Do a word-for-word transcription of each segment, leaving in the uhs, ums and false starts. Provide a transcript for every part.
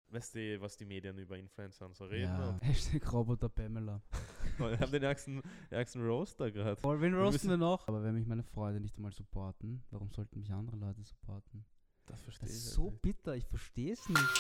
weißt du, was die Medien über Influencer und so reden. Ja, Und Hashtag Roboter Pamela. wir haben den ärgsten, ärgsten Roaster gerade. Voll, wen Wir roasten müssen- wir noch? Aber wenn mich meine Freunde nicht einmal supporten, warum sollten mich andere Leute supporten? Das verstehe Das ich ist halt so nicht. bitter, ich verstehe es nicht.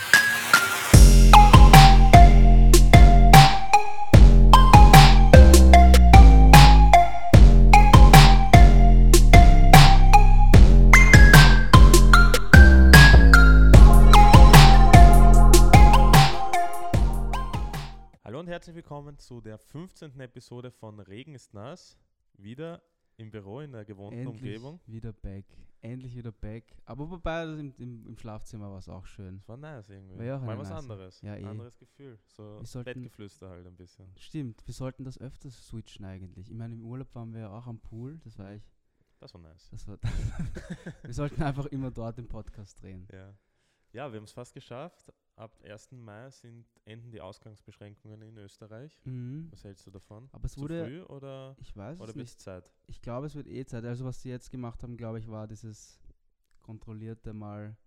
Hallo und herzlich willkommen zu der fünfzehnten Episode von Regen ist nass. Wieder im Büro in der gewohnten Endlich Umgebung. wieder back. Endlich wieder back. Aber wobei, das im, im, im Schlafzimmer war es auch schön. Es war nice irgendwie. War ja auch Mal eine was nice- anderes. ja, eh. Anderes Gefühl. So Wir sollten- Bettgeflüster halt ein bisschen. Stimmt, wir sollten das öfters switchen eigentlich. Ich meine, im Urlaub waren wir ja auch am Pool. Das war echt, Das war nice. das war wir sollten einfach immer dort den Podcast drehen. Ja, ja, wir haben es fast geschafft. Ab ersten Mai sind, enden die Ausgangsbeschränkungen in Österreich. Mhm. Was hältst du davon? Aber es Zu wurde, früh oder, ich weiß oder es wird nicht. es Zeit? Ich glaube, es wird eh Zeit. Also was sie jetzt gemacht haben, glaube ich, war dieses kontrollierte mal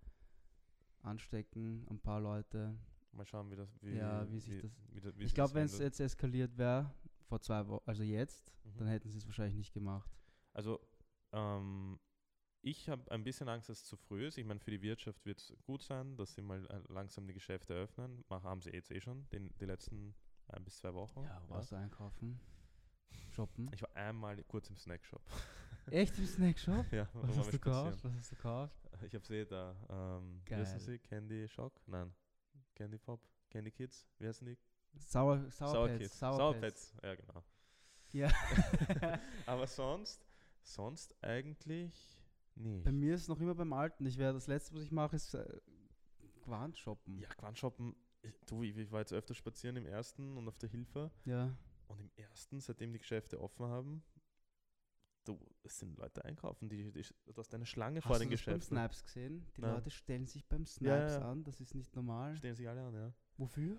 anstecken, ein paar Leute. Mal schauen, wie das wie, Ja, wie sich wie, das- wie, das- wie Ich sich glaube, das wenn es ändert. jetzt eskaliert wäre, vor zwei Wochen, also jetzt, Mhm. dann hätten sie es wahrscheinlich nicht gemacht. Also, ähm, ich habe ein bisschen Angst, dass es zu früh ist. Ich meine, für die Wirtschaft wird es gut sein, dass sie mal äh, langsam die Geschäfte öffnen. Machen haben sie jetzt eh schon, den, die letzten ein bis zwei Wochen. Ja, warst du einkaufen? Shoppen? Ich war einmal kurz im Snackshop. Echt im Snackshop? Ja, Was waren wir hast du spazieren. gekauft? Was hast du gekauft? Ich habe sie da. Ähm, wie heißen Geil. sie? Candy Shock? Nein. Candy Pop? Candy Kids? Wie heißen die? Sauer, Sour, Sour Patch, Kids. Sour Sour Patch. Patch, ja genau. Ja. Aber sonst, sonst eigentlich nicht. Bei mir ist es noch immer beim Alten. Ich werde das letzte, was ich mache, ist äh, Gewand shoppen. Ja, Quantshoppen. Ich, du, ich, ich war jetzt öfter spazieren im ersten und auf der Hilfe. Ja. Und im ersten, seitdem die Geschäfte offen haben, du, es sind Leute einkaufen, die, die, du hast eine Schlange vor Hast den du das beim Geschäften. Snipes gesehen? Die Nein. Leute stellen sich beim Ja, Snipes ja, ja. an. Das ist nicht normal. Stehen sich alle an, ja. Wofür?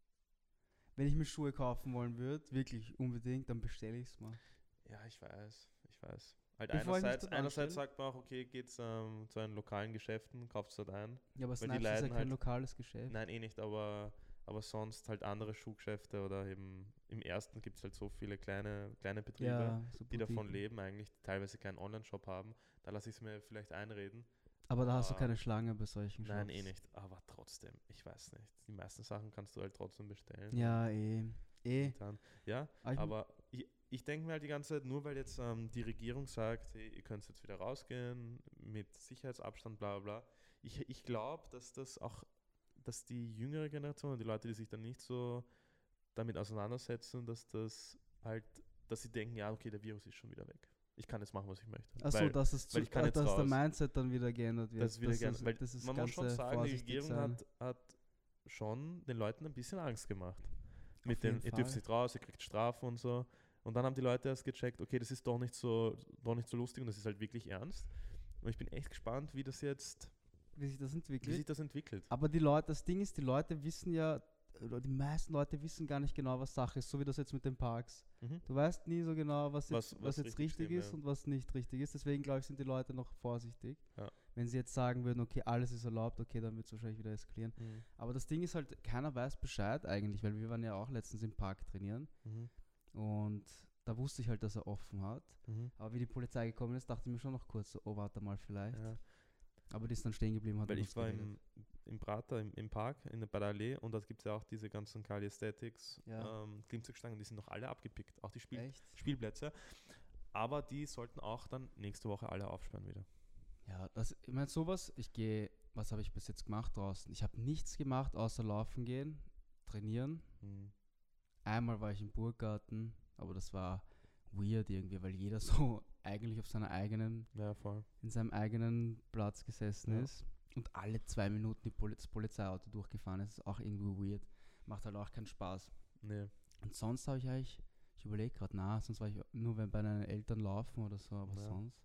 Wenn ich mir Schuhe kaufen wollen würde, wirklich unbedingt, dann bestelle ich es mal. Ja, ich weiß, ich weiß. Halt Bevor ich mich einerseits, dort einerseits anstelle. sagt man auch, okay, geht's ähm, zu einen lokalen Geschäften, kauft es dort ein. Ja, aber Weil die Snipes ist ja leiden kein halt- lokales Geschäft. Nein, eh nicht, aber, aber sonst halt andere Schuhgeschäfte oder eben im ersten gibt es halt so viele kleine, kleine Betriebe, Ja, so die davon Boutiquen. leben eigentlich, die teilweise keinen Online-Shop haben. Da lasse ich es mir vielleicht einreden. Aber da hast du Ah. keine Schlange bei solchen Shops. Nein, eh nicht. Aber trotzdem, ich weiß nicht. Die meisten Sachen kannst du halt trotzdem bestellen. Ja, eh. Eh. Dann, ja, Aber ich- aber ich, ich denke mir halt die ganze Zeit, nur weil jetzt ähm, die Regierung sagt, hey, ihr könnt jetzt wieder rausgehen mit Sicherheitsabstand, bla bla bla. Ich, ich glaube, dass das auch, dass die jüngere Generation und die Leute, die sich dann nicht so damit auseinandersetzen, dass das halt, dass sie denken, ja, okay, der Virus ist schon wieder weg. Ich kann jetzt machen, was ich möchte. Achso, Weil- dass, es weil zu, ich kann äh, jetzt dass der raus. Mindset dann wieder geändert wird. Das ist wieder dass gerne, es- weil das ist man muss schon ganze sagen, die vorsichtig Regierung sein. hat, hat schon den Leuten ein bisschen Angst gemacht. Mit jeden dem, ihr Fall. dürft nicht raus, ihr kriegt Strafen und so. Und dann haben die Leute erst gecheckt, okay, das ist doch nicht so, doch nicht so lustig und das ist halt wirklich ernst. Und ich bin echt gespannt, wie das jetzt, Wie sich das wie entwickelt. sich das entwickelt. Aber die Leute, das Ding ist, die Leute wissen ja, oder die meisten Leute wissen gar nicht genau, was Sache ist, so wie das jetzt mit den Parks. Mhm. Du weißt nie so genau, was Was- jetzt, was was jetzt richtig richtig stimmt, ist ja. und was nicht richtig ist. Deswegen, glaube ich, sind die Leute noch vorsichtig. Ja. Wenn sie jetzt sagen würden, okay, alles ist erlaubt, okay, dann wird es wahrscheinlich wieder eskalieren. Mhm. Aber das Ding ist halt, keiner weiß Bescheid eigentlich, weil wir waren ja auch letztens im Park trainieren Mhm. und da wusste ich halt, dass er offen hat. Mhm. Aber wie die Polizei gekommen ist, dachte ich mir schon noch kurz, so, oh, warte mal vielleicht. Ja. Aber die ist dann stehen geblieben, hat Weil mit ich uns war geredet. im, im Prater, im, im Park, in der, bei der Allee und dort gibt es ja auch diese ganzen Kali Aesthetics, Ja. ähm, Klimmzugstangen, die sind noch alle abgepickt, auch die Spiel Echt? Spielplätze. Aber die sollten auch dann nächste Woche alle aufsperren wieder. Ja, das, ich meine, sowas, ich gehe, was habe ich bis jetzt gemacht draußen? Ich habe nichts gemacht, außer laufen gehen, trainieren. Mhm. Einmal war ich im Burggarten, aber das war weird irgendwie, weil jeder so eigentlich auf seiner eigenen, Ja, voll. in seinem eigenen Platz gesessen Ja. ist und alle zwei Minuten die Poli das Polizeiauto durchgefahren ist. Ist auch irgendwie weird. Macht halt auch keinen Spaß. Nee. Und sonst habe ich eigentlich, ich überlege gerade, na, sonst war ich nur wenn bei deinen Eltern laufen oder so, aber Ja. sonst.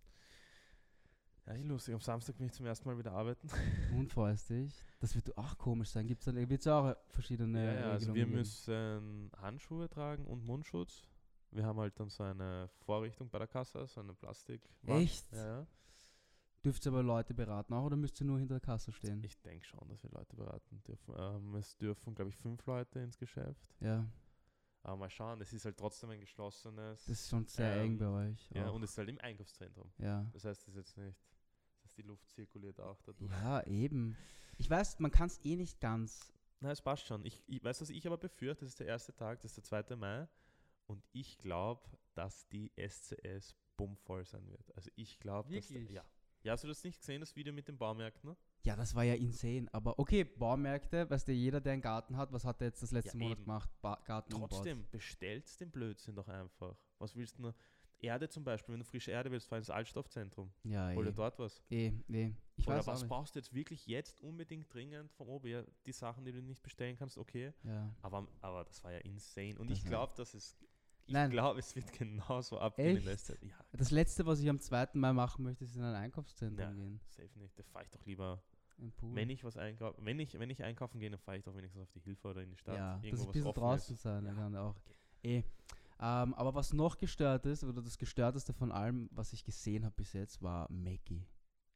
Ja, eh lustig. Am Samstag bin ich zum ersten Mal wieder arbeiten. Und freust dich? Das wird auch komisch sein. Gibt es dann wird's auch verschiedene ja, ja, also Regelungen wir geben? müssen Handschuhe tragen und Mundschutz. Wir haben halt dann so eine Vorrichtung bei der Kasse, so eine Plastik. Echt? Ja, ja. Dürft ihr aber Leute beraten auch oder müsst ihr nur hinter der Kasse stehen? Ich denke schon, dass wir Leute beraten dürfen. Ähm, es dürfen, glaube ich, fünf Leute ins Geschäft. Ja, Aber mal schauen, es ist halt trotzdem ein geschlossenes. das ist schon sehr ähm, eng bei euch. Ja, auch. und es ist halt im Einkaufszentrum. ja. Das heißt, es ist jetzt nicht, das heißt, die Luft zirkuliert auch dadurch. Ja, eben. Ich weiß, man kann es eh nicht ganz. Nein, es passt schon. Ich, ich weiß, was ich aber befürchte, das ist der erste Tag, das ist der zweite Mai. Und ich glaube, dass die S C S bummvoll sein wird. Also ich glaube, dass... Da, Wirklich? ja. Ja, hast du das nicht gesehen, das Video mit den Baumärkten? Ne? Ja, das war ja insane. Aber okay, Baumärkte, weißt du, jeder, der einen Garten hat, was hat er jetzt das letzte Ja, Monat eben. gemacht? Ba Garten Trotzdem, bestellst den Blödsinn doch einfach. Was willst du noch? Erde zum Beispiel, wenn du frische Erde willst, fahr ins Altstoffzentrum. umbaut. Ja, Hol dir eh. dort was. Eh, eh. Ich Oder weiß auch was nicht. brauchst du jetzt wirklich jetzt unbedingt dringend vom Obi? Ja, die Sachen, die du nicht bestellen kannst, okay. Ja. Aber, aber das war ja insane. Und Das ich war- glaube, dass es. Ich Nein. glaube, es wird genauso abgehen in der Echt? S Z. Ja, Das letzte, was ich am zweiten Mai machen möchte, ist in ein Einkaufszentrum Ja. gehen. safe nicht. Da fahre ich doch lieber. Im Pool. Wenn ich was einkaufen, wenn ich, wenn ich einkaufen gehe, dann fahre ich doch wenigstens auf die Hilfe oder in die Stadt. ja, das Irgendwo, ist ein was bisschen offen draußen ist. sein. Ja, Ja. Kann auch. okay. Eh. Ähm, aber was noch gestört ist, oder das gestörteste von allem, was ich gesehen habe bis jetzt, war Mackie.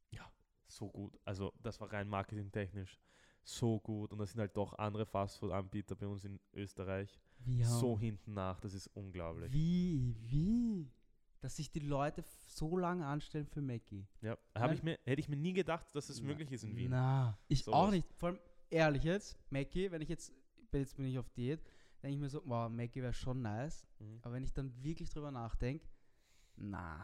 So gut. Also das war rein marketingtechnisch so gut. Und das sind halt doch andere Fastfood-Anbieter bei uns in Österreich Wie haben- so hinten nach. Das ist unglaublich. Wie? Wie? Dass sich die Leute f- so lange anstellen für Mackie. Ja, Nein. hab ich mir, hätte ich mir nie gedacht, dass es Na- möglich ist in Wien. Na, ich Sowas. auch nicht. Vor allem, ehrlich jetzt, Mackie, wenn ich jetzt, jetzt bin ich auf Diät, denke ich mir so, wow, Mackie wäre schon nice. Mhm. Aber wenn ich dann wirklich drüber nachdenke, na,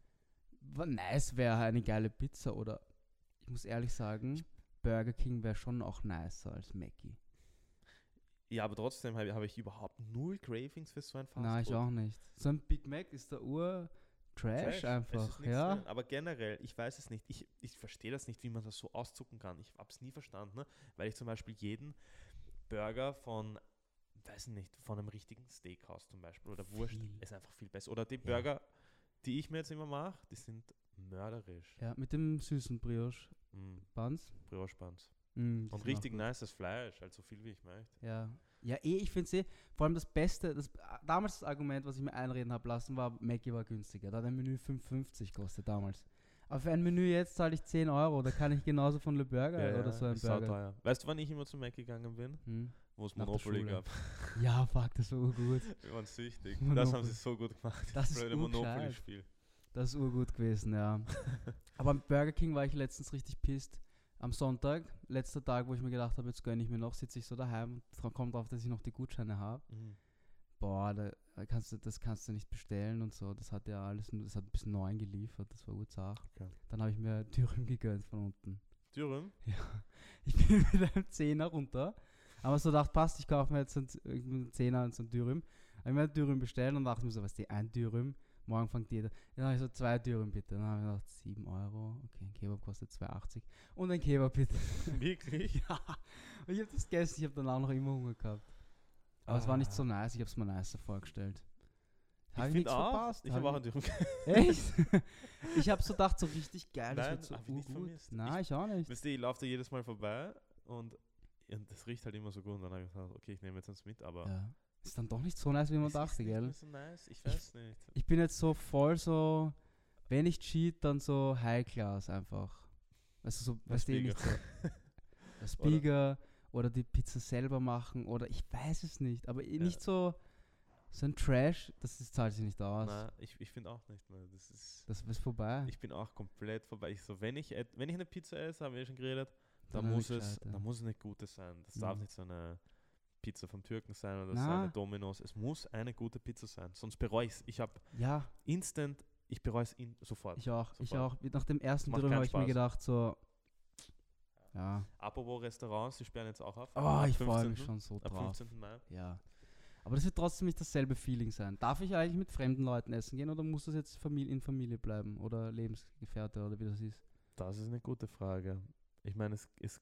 wa- nice wäre eine geile Pizza oder, ich muss ehrlich sagen, Burger King wäre schon auch nicer als Mackie. Ja, aber trotzdem habe hab ich überhaupt null Cravings für so ein Fastfood. Nein, ich auch nicht. So ein Big Mac ist der Ur Trash, Trash, es einfach, ist nichts ja. drin. Aber generell, ich weiß es nicht. Ich, ich verstehe das nicht, wie man das so auszucken kann. Ich habe es nie verstanden, ne? Weil ich zum Beispiel jeden Burger von, weiß nicht, von einem richtigen Steakhouse zum Beispiel oder Wurst Viel. ist einfach viel besser. Oder die Ja. Burger, die ich mir jetzt immer mache, die sind mörderisch. Ja, mit dem süßen Brioche Mm, Buns. Brioche Buns. Mm, die Und sind richtig auch gut. nices Fleisch, also so viel wie ich möchte. Ja. Ja, eh, ich finde es eh, vor allem das Beste, das, damals das Argument, was ich mir einreden habe lassen, war, Mackie war günstiger. Da hat ein Menü fünf fünfzig gekostet damals. Aber für ein Menü jetzt zahle ich zehn Euro, da kann ich genauso von Le Burger oder so ein ist Burger. sauteuer. Weißt du, wann ich immer zum Mac gegangen bin? Hm. Wo es Nach der Monopoly Schule. gab. Ja, fuck, das war urgut. Wir waren süchtig. Monopoly. Das haben sie so gut gemacht. Das ist blöde urgescheit. Monopoly-Spiel. Das ist urgut gewesen, ja. Aber am Burger King war ich letztens richtig pisst. Am Sonntag, letzter Tag, wo ich mir gedacht habe, jetzt gönne ich mir noch, sitze ich so daheim und dra- kommt drauf, dass ich noch die Gutscheine habe. Mhm. Boah, da da kannst du, das kannst du nicht bestellen und so. Das hat ja alles, nur- das hat bis neun geliefert, das war urzach. Okay. Dann habe ich mir Dürüm gegönnt von unten. Dürüm? Ich bin mit einem Zehner runter, aber so gedacht, passt, ich kaufe mir jetzt einen, Z- einen Zehner und so ein Dürüm. Habe ich mir ein Dürüm bestellt und dachte mir so, was die, ein Dürüm, morgen fängt jeder. Dann habe ich so zwei Dürüm bitte. Dann habe ich gedacht, sieben Euro, okay, ein Kebab kostet zwei achtzig und ein Kebab bitte. Wirklich? Ja, und ich habe das gegessen, ich habe dann auch noch immer Hunger gehabt. Aber es war nicht so nice, ich habe es mir nicer vorgestellt. Ich Hab finde nichts auch. verpasst? Ich Hab habe auch einen Dürüm. Echt? Ich habe so gedacht, so richtig geil, das Nein, wird so hab ich nicht urgut. vermisst. Nein, ich auch nicht. Weißt du, ich laufe da jedes Mal vorbei und, und das riecht halt immer so gut. Und dann habe ich gesagt, okay, ich nehme jetzt eins mit, aber. Ja. Ist dann doch nicht so nice, wie man es ist dachte, nicht gell? mehr so nice. Ich weiß nicht. Ich bin jetzt so voll so, wenn ich cheat, dann so High Class einfach. Weißt du, so, Was weißt du, eh nicht so. Das Bigger oder die Pizza selber machen oder ich weiß es nicht, aber eh Ja. nicht so, so ein Trash, das ist, zahlt sich nicht aus. Nein, ich, ich finde auch nicht mehr. Das ist. Das ist vorbei. Ich bin auch komplett vorbei. Ich so, wenn ich, et- wenn ich eine Pizza esse, haben wir ja schon geredet, dann, eine muss es, gescheite. dann muss es eine gute sein. Das Mhm. darf nicht so eine Pizza vom Türken sein oder Na. so eine Domino's. Es muss eine gute Pizza sein, sonst bereue ich es. Ich habe Ja, instant, ich bereue es in, sofort. ich auch. Ich Sofort. auch. Nach dem ersten Macht Dürüm keinen habe ich mir Spaß. gedacht, so, ja. Apropos Restaurants, die sperren jetzt auch auf. Oh, Ab ich freue mich fünfzehnten schon so Ab drauf. fünfzehnten Mai. Ja. Aber das wird trotzdem nicht dasselbe Feeling sein. Darf ich eigentlich mit fremden Leuten essen gehen oder muss das jetzt Familie in Familie bleiben oder Lebensgefährte oder wie das ist? Das ist eine gute Frage. Ich meine, es, es,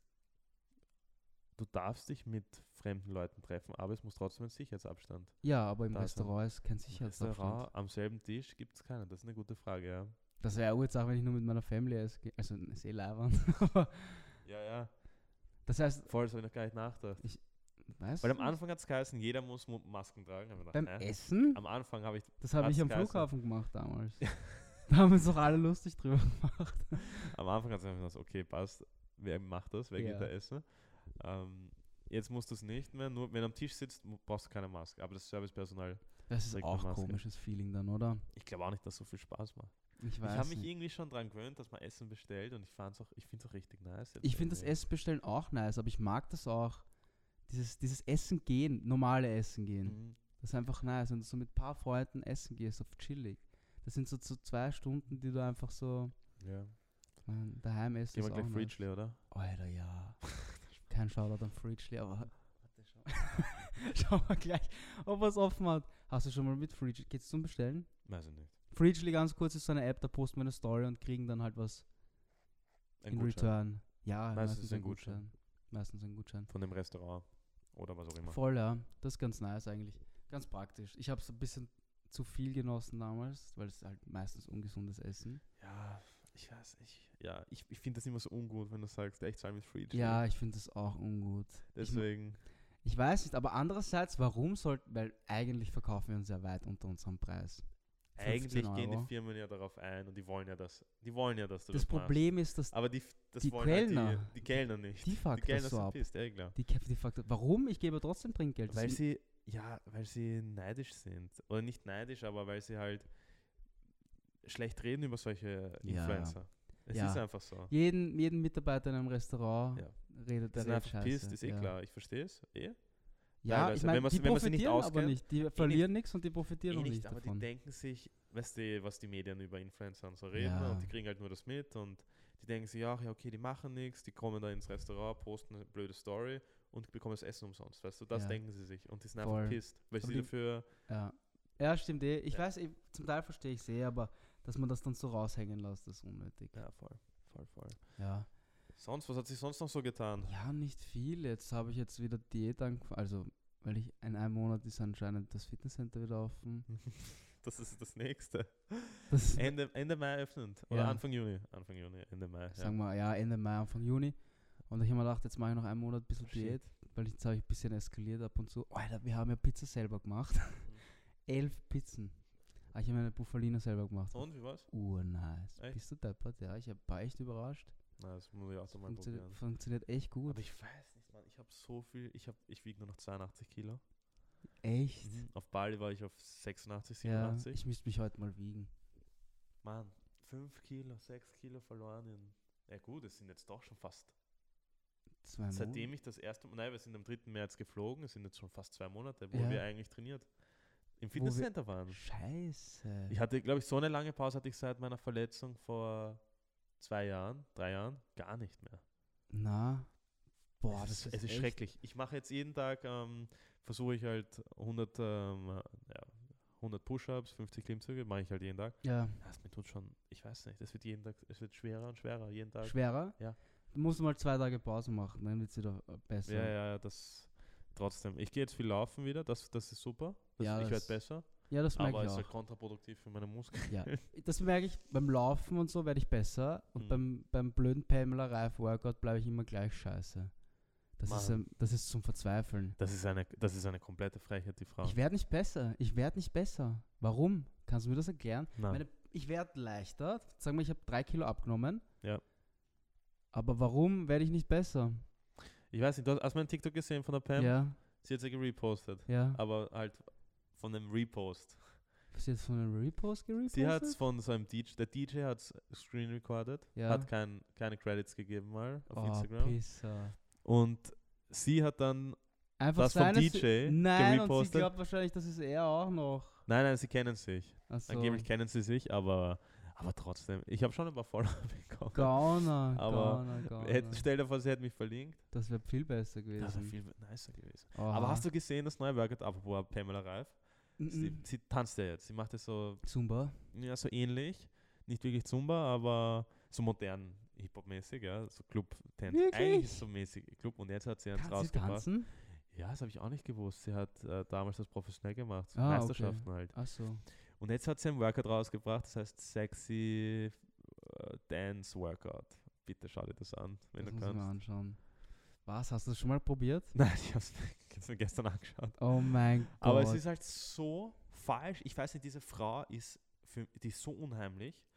du darfst dich mit fremden Leuten treffen, aber es muss trotzdem ein Sicherheitsabstand. Ja, aber im Da ist er. Restaurant ist kein Im Sicherheitsabstand. Restaurant am selben Tisch gibt es keinen. Das ist eine gute Frage, ja. Das wäre auch jetzt auch, wenn ich nur mit meiner Family esse. ge- Also, ist eh leibend. Aber Ja, ja. das heißt, Voll, das habe ich noch gar nicht nachgedacht. weißt Weil am du, Anfang hat es geheißen, jeder muss Mu- Masken tragen. Hab ich gedacht, beim hä? Essen? Am Anfang habe ich, Das habe ich hat's am geheißen. Flughafen gemacht damals. Da haben wir uns doch alle lustig drüber gemacht. Am Anfang hat es einfach gesagt, okay, passt, wer macht das, wer Ja. geht da essen? Ähm, jetzt musst du es nicht mehr, nur wenn du am Tisch sitzt, mu- brauchst du keine Maske. Aber das Servicepersonal, Das ist trägt auch eine ein Maske. komisches Feeling dann, oder? ich glaube auch nicht, dass so viel Spaß macht. Ich Ich weiß habe mich nicht. irgendwie schon daran gewöhnt, dass man Essen bestellt und ich fand's auch, ich finde es auch richtig nice. Jetzt Ich finde das irgendwie. Essen bestellen auch nice, aber ich mag das auch. Dieses, dieses Essen gehen, normale Essen gehen. Mhm. Das ist einfach nice. Wenn du so mit ein paar Freunden essen gehst, auf chillig. Das sind so, so zwei Stunden, die du einfach so Ja. man, daheim essen. Gehen wir ist gleich auch Fridgely, nice. oder? Alter, ja. Kein Shoutout an Fridgely, aber warte, schau. Schauen wir gleich, ob er es offen hat. Hast du schon mal mit Fridgely? Geht's zum Bestellen? Weiß ich nicht. Fridgely ganz kurz ist so eine App, da posten wir eine Story und kriegen dann halt was Ein in Gutschein return. Ja, Meistens meistens ein ein Gutschein. Meistens ein Gutschein. von dem Restaurant oder was auch immer. Voll, ja. Das ist ganz nice eigentlich. Ganz praktisch. Ich habe es ein bisschen zu viel genossen damals, weil es halt meistens ungesundes Essen. Ja, ich weiß nicht. Ja, ich, ich finde das immer so ungut, wenn du sagst, echt zahl mit Fridgely. Ja, ich finde das auch ungut. Deswegen, Ich weiß nicht, aber andererseits, warum sollten, weil eigentlich verkaufen wir uns ja weit unter unserem Preis. eigentlich fünfzehn gehen die Euro. Firmen ja darauf ein und die wollen ja das, die wollen ja, dass du Das das, machst. Problem ist, dass Aber die, f- das die wollen halt Kellner, die, die Kellner nicht. die Die fuckt Kellner das so sind ab. pisst, ja klar. Die, die Faktor, warum? Ich gebe trotzdem Trinkgeld. Das Weil ist- sie, ja, weil sie neidisch sind. Oder nicht neidisch, aber weil sie halt schlecht reden über solche Ja. Influencer. Es Ja. ist einfach so. jeden, jeden Mitarbeiter in einem Restaurant Ja. redet Die der sind einfach Scheiße. pisst, ist eh ja. klar. Ich verstehe es. Eh? Ja, Teilweise, ich wenn meine, man's- die wenn man sie nicht profitieren aber auskennt, nicht. Die verlieren nichts und die profitieren Eh noch nicht, nicht aber davon. die denken sich, weißt du, was die Medien über Influencer und so reden Ja. und die kriegen halt nur das mit und die denken sich, ach ja, okay, die machen nichts, die kommen da ins Restaurant, posten eine blöde Story und bekommen das Essen umsonst, weißt du, das Ja. denken sie sich und die sind Voll. einfach pisst, weil Aber sie die- dafür, Ja. Ja, stimmt eh. Ich Ja. weiß, ich, zum Teil verstehe ich es eh, aber dass man das dann so raushängen lässt, ist unnötig. ja, voll, voll, voll. Ja. Sonst, was hat sich sonst noch so getan? Ja, nicht viel. Jetzt habe ich jetzt wieder Diät angefangen. Also, weil ich in einem Monat ist anscheinend das Fitnesscenter wieder offen. Das ist das nächste. Das, Ende, Ende Mai öffnend. Oder Ja. Anfang Juni. Anfang Juni, Ende Mai. Ja. sagen wir, ja, Ende Mai, Anfang Juni. Und ich habe mir gedacht, jetzt mache ich noch einen Monat ein bisschen Shit. Diät, weil jetzt habe ich ein bisschen eskaliert ab und zu. Alter, wir haben ja Pizza selber gemacht. Elf Pizzen. Ah, ich habe eine Buffalina selber gemacht. Und wie war's? Urnice. Echt? Bist du deppert? Ja, ich hab- war echt überrascht. Na, das muss ich auch so mal Funktioniert, probieren. funktioniert echt gut. Aber ich weiß nicht, Mann. Ich habe so viel. Ich, hab, ich wiege nur noch zweiundachtzig Kilo. Echt? Auf Bali war ich auf sechsundachtzig, Ja, siebenundachtzig. ich müsste mich heute mal wiegen. Mann, fünf Kilo, sechs Kilo verloren in. Ja, gut, es sind jetzt doch schon fast. Zwei Seitdem Monate. ich das erste Mal. Nein, wir sind am dritten März geflogen. Es sind jetzt schon fast zwei Monate, wo Ja. wir eigentlich trainiert. Im wir- Fitnesscenter waren. Scheiße. Ich hatte, glaube ich, so eine lange Pause hatte ich seit meiner Verletzung vor zwei Jahren, drei Jahren, gar nicht mehr. Na. Boah, es das ist, ist, es ist echt- schrecklich. Ich mache jetzt jeden Tag, ähm, versuche ich halt hundert, ähm, ja, hundert Push-Ups, fünfzig Klimmzüge, mache ich halt jeden Tag. Ja. Das mir tut schon, ich weiß nicht, es wird jeden Tag, es wird schwerer und schwerer, jeden Tag. Schwerer? Ja. Du musst mal zwei Tage Pause machen, dann wird es wieder äh, besser. Ja, ja, ja, das trotzdem. Ich gehe jetzt viel laufen wieder, das, das ist super. Das, Ja, ich das werde besser, Ja, das merke aber ich es ist auch. halt kontraproduktiv für meine Muskeln. Ja, das merke ich beim Laufen und so werde ich besser und Mhm. beim, beim blöden Pamela Reif Workout bleibe ich immer gleich scheiße. Das ist, Mann. ähm, das ist zum Verzweifeln. Das ist eine, das ist eine komplette Frechheit, die Frau. Ich werde nicht besser. Ich werde nicht besser. Warum? Kannst du mir das erklären? Nein. Meine, ich werde leichter. Sagen wir, ich habe drei Kilo abgenommen. Ja. Aber warum werde ich nicht besser? Ich weiß nicht, du hast, hast du meinen TikTok gesehen von der Pam? Ja, Sie hat sie gerepostet, ja. aber halt von einem Repost. Hast du jetzt von einem Repost gerepostet? Sie hat es von so einem D J, der D J hat es screen recorded, Ja. hat kein, keine Credits gegeben mal auf Oh, Instagram. Pisser. Und sie hat dann, Einfach Das vom seine- D J Nein, und sie gerepostet? glaubt wahrscheinlich, das ist er auch noch. nein, nein, sie kennen sich. Achso. Angeblich kennen sie sich, aber, aber trotzdem. Ich habe schon ein paar Follower bekommen. Gauner, Aber Gauner, Gauner. Hätte, stell dir vor, sie hätte mich verlinkt. Das wäre viel besser gewesen. Das wäre viel nicer gewesen. Oha. Aber hast du gesehen, das neue Workout, apropos Pamela Reif? Sie, Mhm. sie tanzt ja jetzt. Sie macht es so, Zumba? ja, so ähnlich. Nicht wirklich Zumba, aber so modern, Hip-Hop-mäßig, ja. So Club-Tanz. Wirklich? Eigentlich ist es so mäßig Club und jetzt hat sie eins Kann sie rausgebracht. tanzen? Ja, das habe ich auch nicht gewusst. Sie hat äh, damals das professionell gemacht. So Ah, okay. Meisterschaften halt. Achso. Und jetzt hat sie ein Workout rausgebracht, das heißt Sexy äh, Dance Workout. Bitte schau dir das an, wenn Das du muss ich mir kannst. anschauen. Was, hast du das schon mal probiert? Nein, ich habe es mir gestern angeschaut. Oh mein Gott. Aber es ist halt so falsch. Ich weiß nicht, diese Frau ist, für, die ist so unheimlich.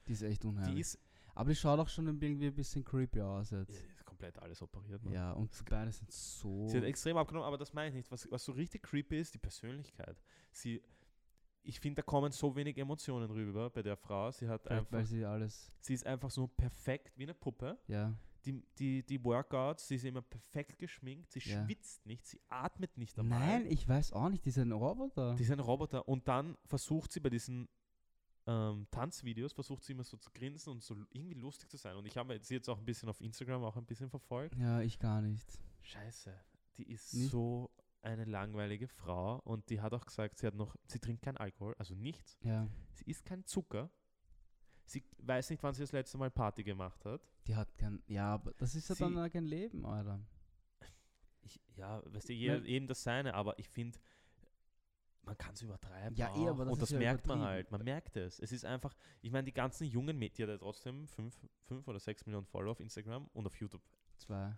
Die ist echt unheimlich. Die ist, Aber die schaut auch schon irgendwie ein bisschen creepy aus jetzt. ja, ist komplett alles operiert. Man. Ja, und die Beine sind so... Sie hat extrem abgenommen, aber das meine ich nicht. Was, was so richtig creepy ist, die Persönlichkeit. Sie, ich finde, da kommen so wenig Emotionen rüber bei der Frau. Sie hat Vielleicht, einfach, weil sie alles... sie ist einfach so perfekt wie eine Puppe. Ja, Die, die, die Workouts, sie ist immer perfekt geschminkt, sie Ja. schwitzt nicht, sie atmet nicht einmal. nein, ich weiß auch nicht, die sind ein Roboter. Die ist ein Roboter. Und dann versucht sie bei diesen ähm, Tanzvideos, versucht sie immer so zu grinsen und so irgendwie lustig zu sein. Und ich habe sie jetzt auch ein bisschen auf Instagram auch ein bisschen verfolgt. Ja, ich gar nicht. Scheiße, die ist Nicht? so eine langweilige Frau. Und die hat auch gesagt, sie hat noch, sie trinkt keinen Alkohol, also nichts. Ja, Sie isst keinen Zucker. Sie weiß nicht, wann sie das letzte Mal Party gemacht hat. die hat kein... Ja, aber das ist ja Sie- dann auch kein Leben, Alter. Ich, ja, weißt du, je, Weil- eben das Seine, aber ich finde, man kann es übertreiben. Ja, auch. eh, aber das und ist das ja merkt man übertrieben. halt. Man merkt es. Es ist einfach, ich meine, die ganzen jungen Mädchen, die hat ja trotzdem fünf, fünf oder sechs Millionen Follower auf Instagram und auf YouTube. Zwei.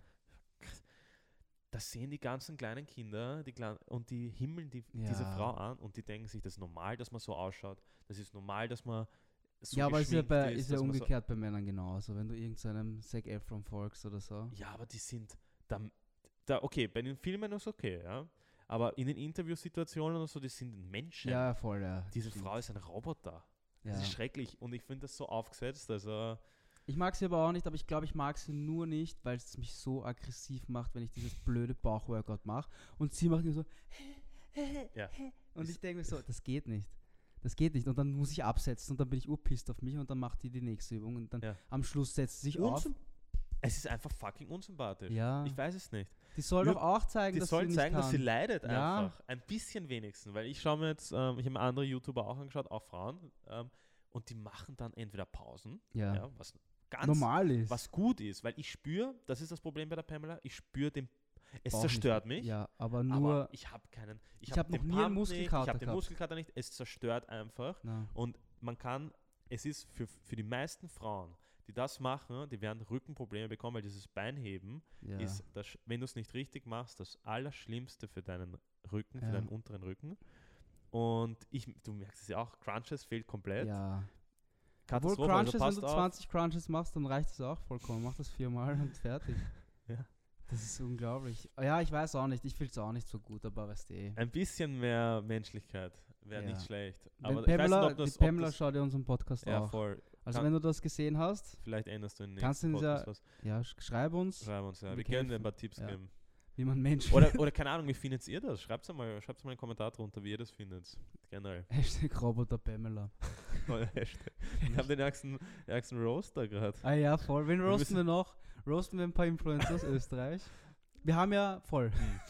Das sehen die ganzen kleinen Kinder die kleinen, und die himmeln die, diese Ja. Frau an und die denken sich, das ist normal, dass man so ausschaut. Das ist normal, dass man so Ja, aber ist ja, geschminkt bei, ist ja dass man so- umgekehrt bei Männern genauso. Wenn du irgendeinem Zac Efron folgst oder so. Ja, aber die sind da, da okay, bei den Filmen ist okay, ja. Aber in den Interviewsituationen und so, die sind Menschen. Ja, voll, ja. Diese stimmt. Frau ist ein Roboter. Ja. Das ist schrecklich und ich finde das so aufgesetzt. Also, Ich mag sie aber auch nicht, aber ich glaube, ich mag sie nur nicht, weil es mich so aggressiv macht, wenn ich dieses blöde Bauchworkout mache. Und sie macht mir so. Ja. Und Ist- ich denke mir so, das geht nicht. Das geht nicht. Und dann muss ich absetzen und dann bin ich urpisst auf mich und dann macht die die nächste Übung und dann Ja. am Schluss setzt sie sich auf. unsym- es ist einfach fucking unsympathisch. Ja. Ich weiß es nicht. Die soll Ja, doch auch zeigen, Die dass sollen sie zeigen, nicht dass sie kann. leidet Ja. einfach. Ein bisschen wenigstens. Weil ich schaue mir jetzt, ähm, ich habe mir andere YouTuber auch angeschaut, auch Frauen, ähm, und die machen dann entweder Pausen, Ja. ja, was ganz Normal ist. was gut ist, weil ich spüre, das ist das Problem bei der Pamela, ich spüre den, es Bauch nicht. zerstört mich. Ja, aber nur. Aber ich habe keinen. Ich, Ich habe hab noch den nie einen Pump Muskelkater nicht, ich habe den gehabt. Muskelkater nicht. Es zerstört einfach. Na, Und man kann, es ist für, für die meisten Frauen, die das machen, die werden Rückenprobleme bekommen, weil dieses Beinheben ja. ist, das, wenn du es nicht richtig machst, das Allerschlimmste für deinen Rücken, für Ja. deinen unteren Rücken. Und ich, du merkst es ja auch, Crunches fehlt komplett. ja. Obwohl Katastrophe, Crunches, also wenn passt du auf. zwanzig Crunches machst, dann reicht es auch vollkommen. Mach das viermal und fertig. Ja. Das ist unglaublich. Ja, ich weiß auch nicht. Ich fühle es auch nicht so gut, aber weißt du eh. Ein bisschen mehr Menschlichkeit wäre Ja. nicht schlecht. Wenn Aber Pamela, ich weiß nicht, ob das, die Pamela ob das schaut ja unseren Podcast ja, auch. voll. Also kann- wenn du das gesehen hast, Vielleicht änderst du in den Kannst nächsten du uns ja- Podcast was. ja, sch schreib uns, Schreib uns, ja. wir Wir können dir ein kämpfen. paar Tipps Ja. geben. wie man Menschen... Oder, oder keine Ahnung, wie findet ihr das? Schreibt mal, schreibt's mal einen Kommentar drunter, wie ihr das findet. Generell. Hashtag Roboter Pamela. Neuer Hashtag. Wir haben den ärgsten, ärgsten Roaster gerade. Ah ja, voll. Wen Wir roasten müssen- wir noch? Roasten wir ein paar Influencer aus Österreich. Wir haben ja, voll.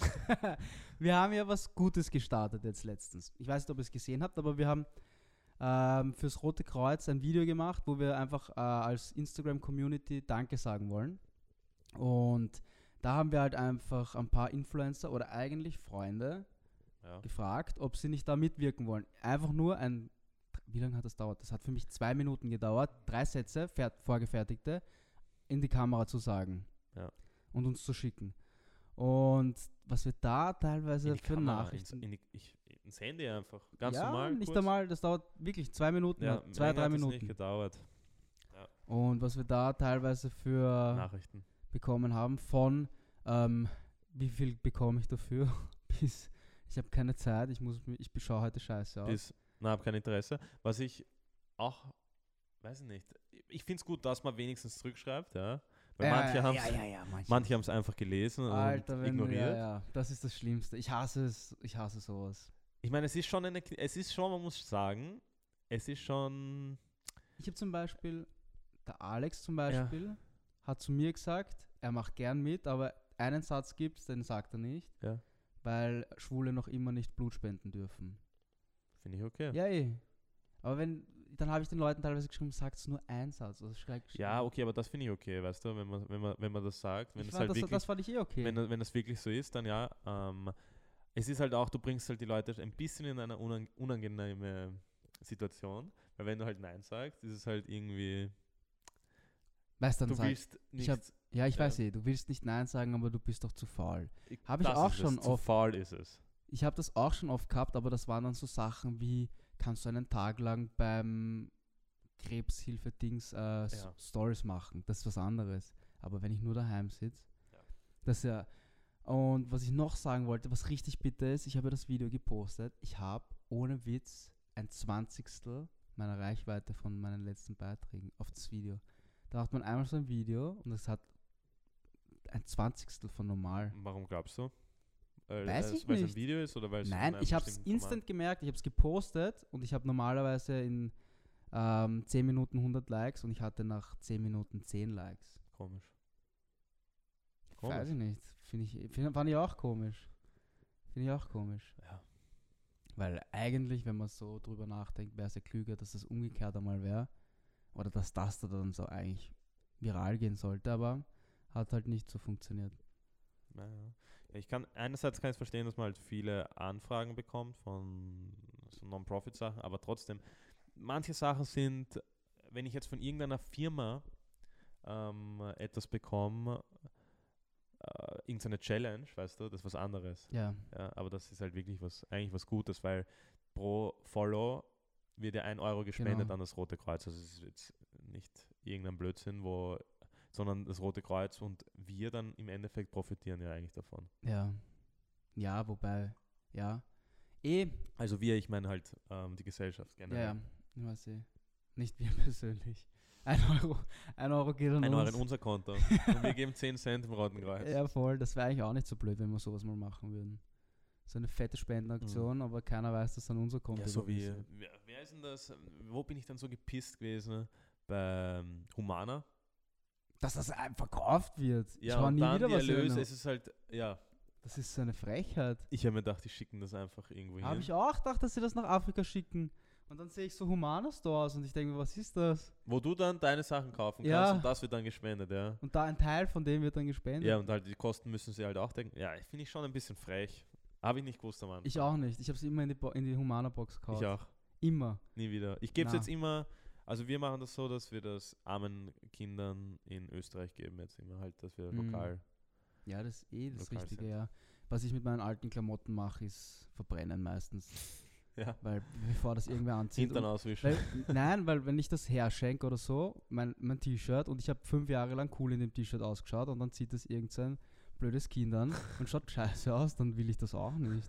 wir haben ja was Gutes gestartet jetzt letztens. Ich weiß nicht, ob ihr es gesehen habt, aber wir haben ähm, fürs Rote Kreuz ein Video gemacht, wo wir einfach äh, als Instagram-Community Danke sagen wollen. Und da haben wir halt einfach ein paar Influencer oder eigentlich Freunde Ja. gefragt, ob sie nicht da mitwirken wollen. Einfach nur ein, wie lange hat das dauert? Das hat für mich zwei Minuten gedauert, drei Sätze, fert, vorgefertigte, in die Kamera zu sagen Ja. und uns zu schicken. Und was wir da teilweise In die für Kamera, Nachrichten... Ins, in die, ich, ins Handy einfach. Ganz ja, normal. nicht kurz. einmal, das dauert wirklich zwei Minuten, Ja, zwei, länger drei hat es Minuten. nicht gedauert. Und was wir da teilweise für Nachrichten. bekommen haben von, ähm, wie viel bekomme ich dafür, bis ich habe keine Zeit, ich muss, mi- ich schaue heute scheiße aus. Bis, na, habe kein Interesse. Was ich auch, weiß ich nicht, ich finde es gut, dass man wenigstens zurückschreibt, ja. Weil manche haben ja, ja, ja, manche. manche es einfach gelesen Alter, und wenn du, ignoriert. ja, ja, das ist das Schlimmste. Ich hasse es, ich hasse sowas. Ich meine, es ist schon eine, es ist schon, man muss sagen, es ist schon, Ich habe zum Beispiel, der Alex zum Beispiel, hat zu mir gesagt, er macht gern mit, aber einen Satz gibt's, den sagt er nicht, ja, weil Schwule noch immer nicht Blut spenden dürfen. finde ich okay. Ja, eh. Aber wenn, dann habe ich den Leuten teilweise geschrieben, sagt nur einen Satz. Also schreibt, Ja, okay, aber das finde ich okay, weißt du, wenn man, wenn man, wenn man das sagt, wenn ich es fand, halt das, wirklich, das fand ich eh okay. wenn, wenn das wirklich so ist, dann ja. Ähm, es ist halt auch, du bringst halt die Leute ein bisschen in eine unang unangenehme Situation, weil wenn du halt Nein sagst, ist es halt irgendwie, weißt dann du sag, willst nicht, hab- ja, ich ja. weiß eh, du willst nicht Nein sagen, aber du bist doch zu faul. ich- hab ich das auch ist schon es, zu oft- faul ist es. Ich habe das auch schon oft gehabt, aber das waren dann so Sachen wie, kannst du einen Tag lang beim Krebshilfe-Dings äh, S- Ja. Stories machen. Das ist was anderes. Aber wenn ich nur daheim sitze, Ja. das ist ja. Und was ich noch sagen wollte, was richtig bitter ist, ich habe ja das Video gepostet. Ich habe ohne Witz ein Zwanzigstel meiner Reichweite von meinen letzten Beiträgen auf das Video. Da macht man einmal so ein Video und das hat ein Zwanzigstel von normal. Warum glaubst du? Weil Weiß es- ich weil es ein nicht. Video ist oder weil es Nein, von einem ich habe es bestimmten instant Format- gemerkt, ich habe es gepostet und ich habe normalerweise in ähm, zehn Minuten hundert Likes und ich hatte nach zehn Minuten zehn Likes. Komisch. Weiß ich nicht. Finde ich, find, fand ich auch komisch. Finde ich auch komisch. Ja. Weil eigentlich, wenn man so drüber nachdenkt, wäre es ja klüger, dass das umgekehrt einmal wäre. Oder dass das da dann so eigentlich viral gehen sollte, aber hat halt nicht so funktioniert. Ja, ja. Ja, ich kann, einerseits kann ich verstehen, dass man halt viele Anfragen bekommt von so Non-Profit-Sachen, aber trotzdem, manche Sachen sind, wenn ich jetzt von irgendeiner Firma ähm, etwas bekomme, äh, irgendeine Challenge, weißt du, das ist was anderes. Ja, Ja, aber das ist halt wirklich was, eigentlich was Gutes, weil pro Follow wird ja ein Euro gespendet Genau. an das Rote Kreuz. Also es ist jetzt nicht irgendein Blödsinn, wo, sondern das Rote Kreuz und wir dann im Endeffekt profitieren ja eigentlich davon. ja. Ja, wobei, ja. Eh, Also wir, ich meine halt ähm, die Gesellschaft ja, generell. ja, ich weiß eh. Nicht wir persönlich. Ein Euro, ein Euro geht an Ein Euro uns. in unser Konto und wir geben zehn Cent im Roten Kreuz. Ja, voll. Das wäre eigentlich auch nicht so blöd, wenn wir sowas mal machen würden. So eine fette Spendenaktion, aber keiner weiß, dass an unser Konto Ja, so wie, überwiesen wird. wer, wer ist denn das? Wo bin ich dann so gepisst gewesen? Bei ähm, Humana. Dass das einfach verkauft wird. Ja, ich war und nie dann wieder die was Erlöse, erinnern. es ist halt, ja, Das ist so eine Frechheit. ich habe mir gedacht, die schicken das einfach irgendwo Habe hin. ich auch gedacht, dass sie das nach Afrika schicken. Und dann sehe ich so Humana-Stores und ich denke mir, was ist das? Wo du dann deine Sachen kaufen Ja. kannst und das wird dann gespendet, ja. Und da ein Teil von dem wird dann gespendet. Ja, und halt die Kosten müssen sie halt auch denken. Ja, finde ich schon ein bisschen frech. Habe ich nicht gewusst am Anfang. Ich auch nicht. Ich habe sie immer in die, Bo in die Humana-Box gekauft. Ich auch. Immer. Nie wieder. Ich gebe es Na. jetzt immer, also wir machen das so, dass wir das armen Kindern in Österreich geben jetzt immer halt, dass wir Mhm. lokal. Ja, das ist eh das Lokal Richtige, sind. ja. Was ich mit meinen alten Klamotten mache, ist verbrennen meistens. Ja. Weil bevor das irgendwer anzieht. Hintern Und- auswischen. Weil, nein, weil wenn ich das herschenke oder so, mein, mein T-Shirt, und ich habe fünf Jahre lang cool in dem T-Shirt ausgeschaut und dann zieht das irgendein blödes Kind an und schaut scheiße aus, dann will ich das auch nicht.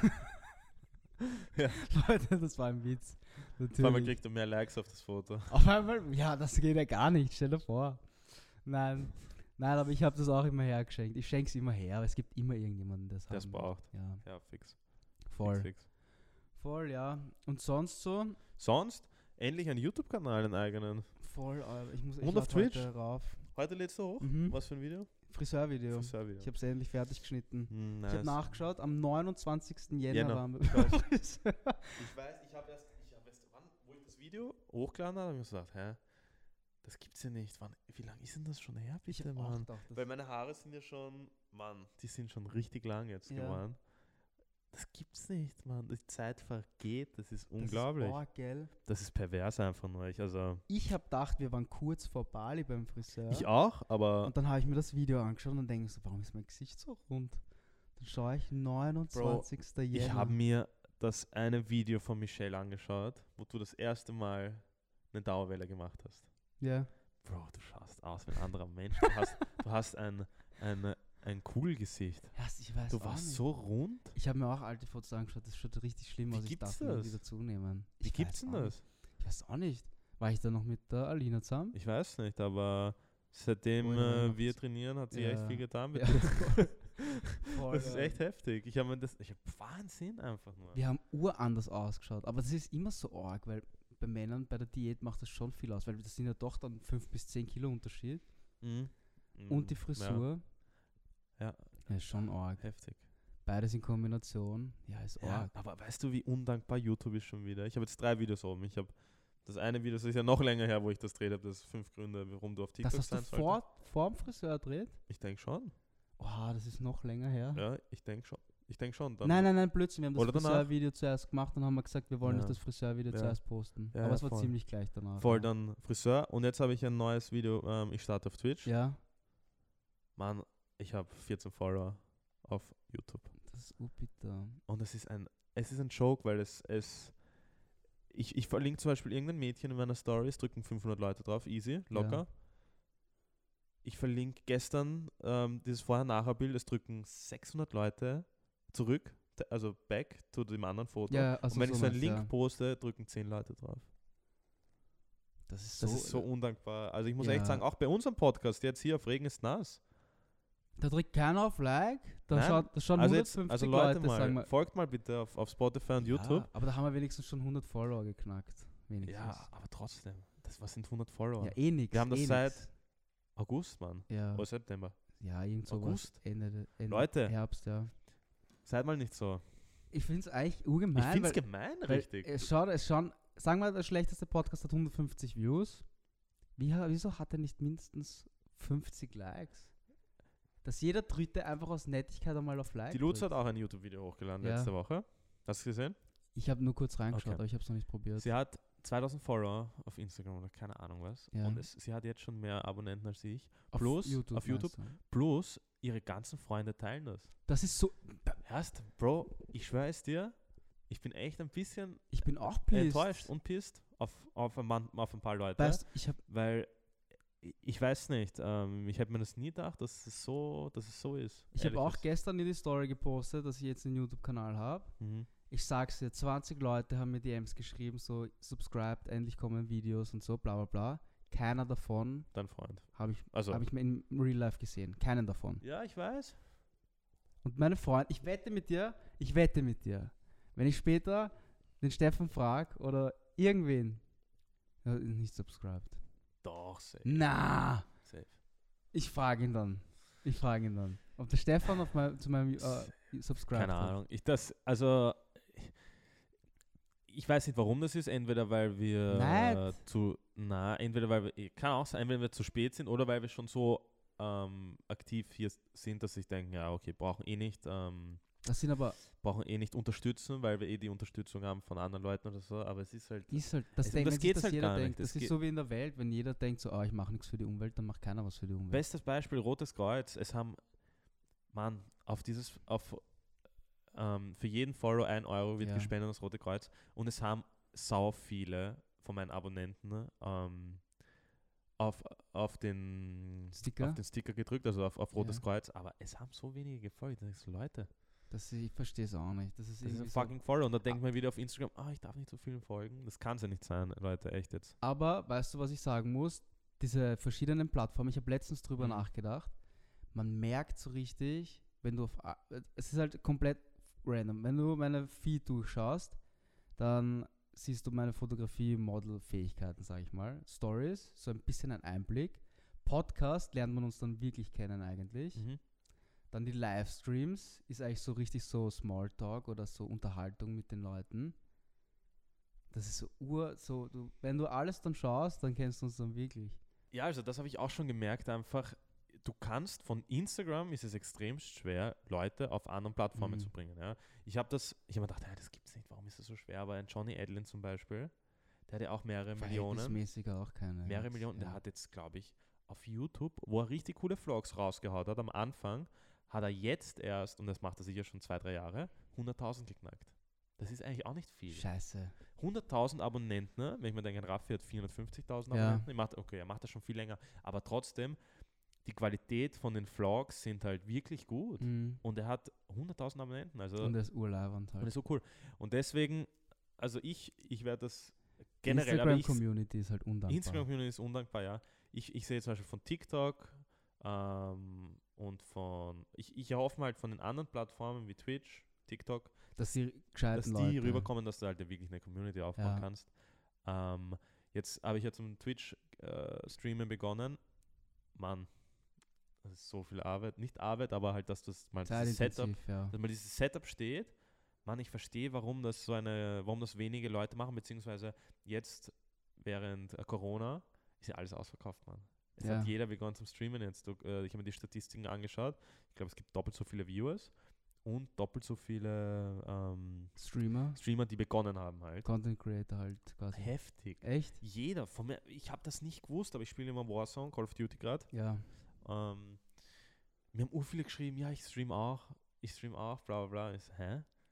Ja. Leute, das war ein Witz. Vor allem man Natürlich. kriegt du mehr Likes auf das Foto. Auf einmal, ja, das geht ja gar nicht, stell dir vor. Nein, nein, aber ich habe das auch immer hergeschenkt. Ich schenke es immer her, aber es gibt immer irgendjemanden, der es Der es haben will. braucht. Ja, Ja, fix. voll. Fix, fix. Voll, ja. Und sonst so? Sonst endlich einen YouTube-Kanal, einen eigenen. Voll, Alter. Ich muss Und ich auf lad Twitch? heute rauf. Heute lädst du hoch? Mhm. Was für ein Video? Friseurvideo. Friseurvideo. Ich habe es endlich fertig geschnitten. Hm, Ich habe nice. nachgeschaut, am neunundzwanzigsten Jänner Jänner, waren wir ich beim weiß. Friseur. Ich weiß, ich habe erst, ich habe erst, wann, wo ich das Video hochgeladen habe, habe ich mir gesagt, hä, das gibt's ja nicht. Wann, wie lange ist denn das schon her, Ich bitte, habe auch Mann? gedacht, das Weil meine Haare sind ja schon, Mann, die sind schon richtig lang jetzt Ja. geworden. Das gibt's nicht, Mann. Die Zeit vergeht, das ist das unglaublich. Ist arg, gell? Das ist pervers einfach nur. Ich, also, Ich habe gedacht, wir waren kurz vor Bali beim Friseur. ich auch, aber Und dann habe ich mir das Video angeschaut und denke so, warum ist mein Gesicht so rund? Dann schaue ich neunundzwanzigsten Jänner. ich habe mir das eine Video von Michelle angeschaut, wo du das erste Mal eine Dauerwelle gemacht hast. Ja. Bro, du schaust aus wie ein anderer Mensch. Du hast, du hast ein, ein, ein Kugelgesicht. Ja, ich weiß Du auch warst nicht. so rund. Ich habe mir auch alte Fotos angeschaut, das schaut richtig schlimm Wie aus. Ich gibt's darf mir das? wieder zunehmen. Wie Ich gibt's weiß denn auch das? Nicht. Ich weiß auch nicht. War ich da noch mit der Alina zusammen? Ich weiß nicht, aber seitdem Oh, ja, äh, noch wir das- trainieren, hat sie Ja. echt viel getan. Mit Ja. dir. Voll, Das ist ja. echt heftig. Ich habe mir das, ich habe Wahnsinn einfach nur. Wir haben uranders ausgeschaut, aber das ist immer so arg, weil bei Männern bei der Diät macht das schon viel aus, weil das sind ja doch dann fünf bis zehn Kilo Unterschied. Mhm. Mhm. Und die Frisur. Ja. Ja, ist schon arg. Heftig. Beides in Kombination. Ja, ist Ja, arg. aber weißt du, wie undankbar YouTube ist schon wieder? Ich habe jetzt drei Videos oben. Ich habe das eine Video, das ist ja noch länger her, wo ich das gedreht habe, das ist fünf Gründe, warum du auf TikTok Das hast du sein solltest. vor, vor dem Friseur gedreht? Ich denke schon. Oh, das ist noch länger her. Ja, ich denke schon. Ich denke schon. Dann Nein, nein, nein, Blödsinn. Wir haben das Oder danach? Friseurvideo zuerst gemacht und haben wir gesagt, wir wollen Ja. nicht das Friseurvideo Ja. zuerst posten. Ja, Aber ja, es war voll. ziemlich gleich danach. Voll ja. dann Friseur. Und jetzt habe ich ein neues Video. Ähm, ich starte auf Twitch. Ja, Mann, ich habe vierzehn Follower auf YouTube. das ist urbitter. Und es ist ein, es ist ein Joke, weil es, es ich, ich verlinke zum Beispiel irgendein Mädchen in meiner Story, es drücken fünfhundert Leute drauf, easy, locker. Ja. Ich verlinke gestern ähm, dieses Vorher-Nachher-Bild, es drücken sechshundert Leute zurück, t- also back zu dem anderen Foto. Ja, also Und wenn so ich so einen meinst, Link ja. poste, drücken zehn Leute drauf. Das ist Das so, ist so undankbar. Also ich muss Ja. echt sagen, auch bei unserem Podcast, jetzt hier auf Regen ist nass. da drückt keiner auf Like, da Nein, schaut, da schauen Also, jetzt, hundertfünfzig also Leute Leute, mal, sagen wir. folgt mal bitte auf, auf Spotify und YouTube. Ja, aber da haben wir wenigstens schon hundert Follower geknackt. Wenigstens. Ja, aber trotzdem, das, was sind hundert Follower? Ja, eh nix. Wir haben das eh seit nix. August, Mann. Ja, Oder September. ja irgend sowas. August. Ende, de- Ende Leute. Herbst, ja. Seid mal nicht so. Ich finde es eigentlich urgemein. Ich finde es weil- gemein, weil richtig. Es schaut, es schauen, sagen wir, der schlechteste Podcast hat hundertfünfzig Views. Wie, ha- wieso hat er nicht mindestens fünfzig Likes? Dass jeder Dritte einfach aus Nettigkeit einmal auf Like Die Lutz hat drückt. auch ein YouTube-Video hochgeladen Ja. letzte Woche. Hast du gesehen? Ich habe nur kurz reingeschaut, Okay. aber ich habe es noch nicht probiert. Sie hat zweitausend Follower auf Instagram oder keine Ahnung was. Ja. Und es, sie hat jetzt schon mehr Abonnenten als ich. auf plus- YouTube. auf YouTube. meinst du? Plus ihre ganzen Freunde teilen das. Das ist so. Hörst, Bro, ich schwöre es dir, ich bin echt ein bisschen Ich bin auch pissed. enttäuscht und pisst auf, auf, ein, Mann- auf ein paar Leute. Weißt, ich habe Weil ich- ich weiß nicht, ähm, ich hätte mir das nie gedacht, dass es so, dass es so ist. ich hab ehrlich auch ist. gestern in die Story gepostet, dass ich jetzt einen YouTube-Kanal habe. Mhm. Ich sag's dir, zwanzig Leute haben mir D Ms geschrieben, so subscribed, endlich kommen Videos und so, bla bla bla. Keiner davon Dein Freund. habe ich, Also, hab ich mir im Real Life gesehen. Keinen davon. ja, ich weiß. Und meine Freunde, ich wette mit dir, ich wette mit dir, wenn ich später den Steffen frage oder irgendwen, ja, nicht subscribed. Doch, safe. Na, safe. ich frage ihn dann. Ich frage ihn dann. Ob der Stefan auf mein, zu meinem äh, subscribed Keine hat. Ahnung. Ich das, also ich weiß nicht, warum das ist. Entweder weil wir Neid. äh, zu, na, entweder weil wir, kann auch sein, wenn wir zu spät sind oder weil wir schon so ähm, aktiv hier s- sind, dass ich denke, ja, okay, brauchen eh nicht, ähm, Das sind aber, brauchen eh nicht unterstützen, weil wir eh die Unterstützung haben von anderen Leuten oder so. Aber es ist halt, ist halt, das Es- denkt das man sich, geht's dass halt jeder gar nicht. denkt. Das Das ist geht- so wie in der Welt, wenn jeder denkt so, ah, ich mache nichts für die Umwelt, dann macht keiner was für die Umwelt. bestes Beispiel Rotes Kreuz. Es haben, Mann, auf dieses, auf ähm, für jeden Follow ein Euro wird Ja. gespendet an das Rote Kreuz und es haben sau viele von meinen Abonnenten ähm, auf, auf, den, Sticker? auf den Sticker gedrückt, also auf, auf Rotes Ja. Kreuz, aber es haben so wenige gefolgt. Da denk ich so, Leute, Das, ich verstehe es auch nicht. Das ist das ist irgendwie ein so. fucking Follow. Und da denkt man wieder auf Instagram, ah, ich darf nicht so vielen folgen. Das kann es ja nicht sein, Leute, echt jetzt. Aber weißt du, was ich sagen muss? Diese verschiedenen Plattformen, ich habe letztens drüber Mhm. nachgedacht. Man merkt so richtig, wenn du auf. a- Es ist halt komplett random. Wenn du meine Feed durchschaust, dann siehst du meine Fotografie-Model-Fähigkeiten, sage ich mal. Stories, so ein bisschen ein Einblick. Podcast lernt man uns dann wirklich kennen eigentlich. Mhm. Dann die Livestreams ist eigentlich so richtig so Smalltalk oder so Unterhaltung mit den Leuten. Das ist so ur, so, du, wenn du alles dann schaust, dann kennst du uns dann wirklich. Ja, also das habe ich auch schon gemerkt, einfach, du kannst von Instagram, ist es extrem schwer, Leute auf anderen Plattformen Mhm. zu bringen. Ja. Ich habe das, ich habe mir gedacht, hey, das gibt's nicht, warum ist das so schwer? Aber ein Johnny Edlin zum Beispiel, der hat ja auch mehrere Millionen, Verhältnismäßig auch keine. mehrere jetzt, Millionen, der ja. hat jetzt, glaube ich, auf YouTube, wo er richtig coole Vlogs rausgehaut hat, am Anfang, hat er jetzt erst, und das macht er sicher schon zwei, drei Jahre, hunderttausend geknackt. Das ist eigentlich auch nicht viel. Scheiße. hunderttausend Abonnenten, ne? Wenn ich mir denke, Raffi hat vierhundertfünfzigtausend Ja. Abonnenten, ich macht, okay, er macht das schon viel länger, aber trotzdem, die Qualität von den Vlogs sind halt wirklich gut. Mhm. Und er hat hunderttausend Abonnenten, also Und er ist urleibernd und halt. das ist so cool. Und deswegen, also ich, ich werde das Die generell, aber ich, Instagram-Community ist halt undankbar. Instagram-Community ist undankbar, ja. Ich, ich sehe zum Beispiel von TikTok ähm, und von, ich, ich erhoffe mir halt von den anderen Plattformen wie Twitch, TikTok, dass die dass gescheiten die Leute. rüberkommen, dass du halt wirklich eine Community aufbauen Ja. kannst. Ähm, jetzt habe ich ja zum Twitch-Streamen begonnen. Mann, das ist so viel Arbeit. Nicht Arbeit, aber halt, dass das mal dieses Setup, Zeitintensiv, ja. dass mal dieses Setup steht. Mann, ich verstehe, warum das so eine, warum das wenige Leute machen, beziehungsweise jetzt während äh, Corona ist ja alles ausverkauft, Mann. Es Ja. hat jeder begonnen zum Streamen jetzt. Du, äh, ich habe mir die Statistiken angeschaut. Ich glaube, es gibt doppelt so viele Viewers und doppelt so viele ähm, Streamer, Streamer, die begonnen haben halt. Content Creator halt quasi. Heftig. Echt? Jeder von mir, ich habe das nicht gewusst, aber ich spiele immer Warzone, Call of Duty gerade. Ja. Ähm, mir haben ur viele geschrieben, ja, ich stream auch, ich stream auch, bla bla bla. Ich so, hä?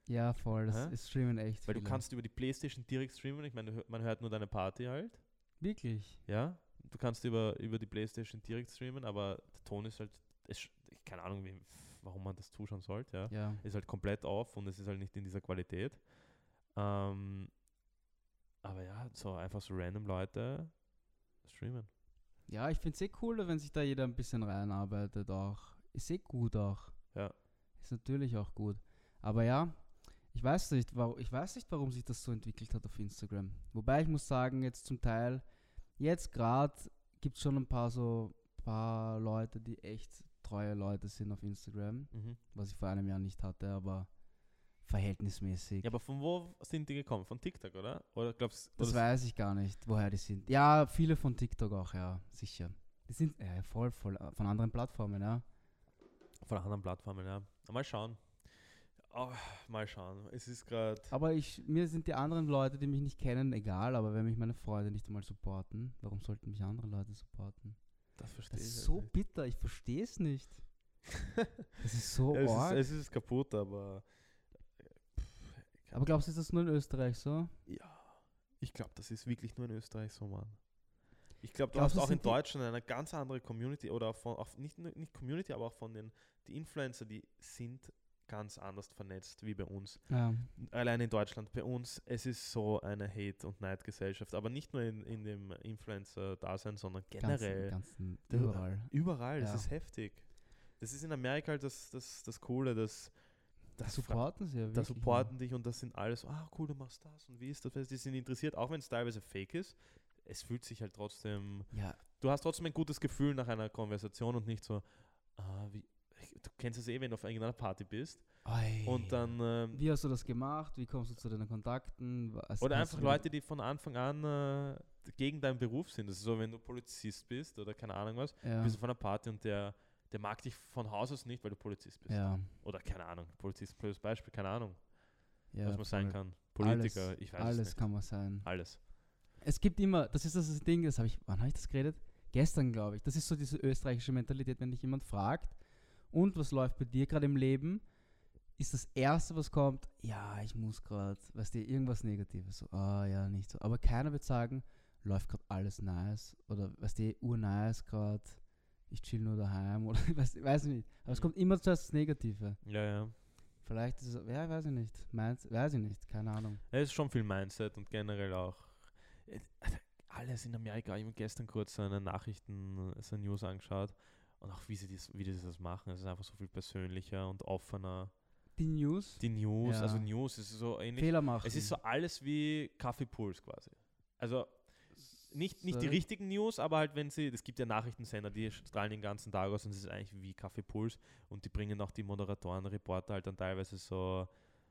Ja, voll. Das Hä? ist streamen echt Weil du viele. kannst über die Playstation direkt streamen. Ich meine, du hö- man hört nur deine Party halt. Wirklich? Ja, du kannst über, über die Playstation direkt streamen, aber der Ton ist halt, es, sch- ich keine Ahnung, wie, warum man das zuschauen sollte, ja. Ja. Ist halt komplett auf und es ist halt nicht in dieser Qualität. Ähm, aber ja, so einfach so random Leute streamen. Ja, ich finde es eh cool, wenn sich da jeder ein bisschen reinarbeitet auch. Ist eh gut auch. Ja. Ist natürlich auch gut. Aber ja, ich weiß nicht, warum, ich weiß nicht, warum sich das so entwickelt hat auf Instagram. Wobei ich muss sagen, jetzt zum Teil, jetzt gerade gibt es schon ein paar so paar Leute, die echt treue Leute sind auf Instagram, Mhm. was ich vor einem Jahr nicht hatte, aber verhältnismäßig. Ja, aber von wo sind die gekommen? Von TikTok, oder? Oder glaubst Das oder weiß ich gar nicht, woher die sind. Ja, viele von TikTok auch, ja, sicher. Die sind ja, voll, voll äh, von anderen Plattformen, ja. von anderen Plattformen, ja. Mal schauen. Oh, mal schauen. Es ist gerade. Aber ich, mir sind die anderen Leute, die mich nicht kennen, egal, aber wenn mich meine Freunde nicht einmal supporten, warum sollten mich andere Leute supporten? Das verstehe Das ich ist halt so nicht. bitter, ich verstehe es nicht. Das ist so es, ist, arg. es ist kaputt, aber. Pff, Aber glaubst du, ist das nur in Österreich so? Ja, ich glaube, das ist wirklich nur in Österreich so, Mann. Ich glaube, du Glaubst hast du, auch in sind die- Deutschland eine ganz andere Community oder auch von, auch nicht, nur- nicht Community, aber auch von den die Influencer, die sind ganz anders vernetzt wie bei uns. Ja. Allein in Deutschland, bei uns, es ist so eine Hate- und Neidgesellschaft, aber nicht nur in, in dem Influencer-Dasein, sondern generell. Ganzen, ganzen, Du- überall. Überall, das Ja. ist heftig. Das ist in Amerika halt das, das, das Coole, dass Da das supporten sie ja da wirklich. supporten dich und das sind alles, so, ah cool, du machst das und wie ist das? Die sind interessiert, auch wenn es teilweise fake ist. Es fühlt sich halt trotzdem, Ja, du hast trotzdem ein gutes Gefühl nach einer Konversation und nicht so, ah, wie, du kennst es eh, wenn du auf irgendeiner Party bist oi. und dann, ähm, Wie hast du das gemacht? Wie kommst du zu deinen Kontakten? Was oder hast einfach du- Leute, die von Anfang an äh, gegen deinen Beruf sind. Das ist so, wenn du Polizist bist oder keine Ahnung was, Ja. bist du auf einer Party und der, der mag dich von Haus aus nicht, weil du Polizist bist. Ja. Oder keine Ahnung, Polizist, blödes Beispiel, keine Ahnung, Ja, was man sein voll. kann. Politiker, Alles, ich weiß alles es nicht. kann man sein. Alles. Es gibt immer, das ist das Ding, das habe ich, wann habe ich das geredet? Gestern, glaube ich. Das ist so diese österreichische Mentalität, wenn dich jemand fragt, und was läuft bei dir gerade im Leben, ist das Erste, was kommt, ja, ich muss gerade, weißt du, irgendwas Negatives. So, ah, ja, nicht so. Aber keiner wird sagen, läuft gerade alles nice, oder, weißt du, urnice gerade, ich chill nur daheim, oder, weiß, weiß ich nicht. Aber es Mhm. kommt immer zuerst das Negative. Ja, ja. Vielleicht ist es, ja, weiß ich nicht. Meins, weiß ich nicht, keine Ahnung. Es ist schon viel Mindset und generell auch äh, alles in Amerika. Ich habe gestern kurz so eine Nachrichten, so eine News angeschaut und auch wie sie, das, wie die das machen. Es ist einfach so viel persönlicher und offener. Die News, Die News, Ja. also News ist so ähnlich. Fehler machen. Es ist so alles wie Kaffeepuls quasi. Also nicht, nicht die Sorry? richtigen News, aber halt wenn sie, es gibt ja Nachrichtensender, die strahlen den ganzen Tag aus und es ist eigentlich wie Kaffeepuls und die bringen auch die Moderatoren, Reporter halt dann teilweise so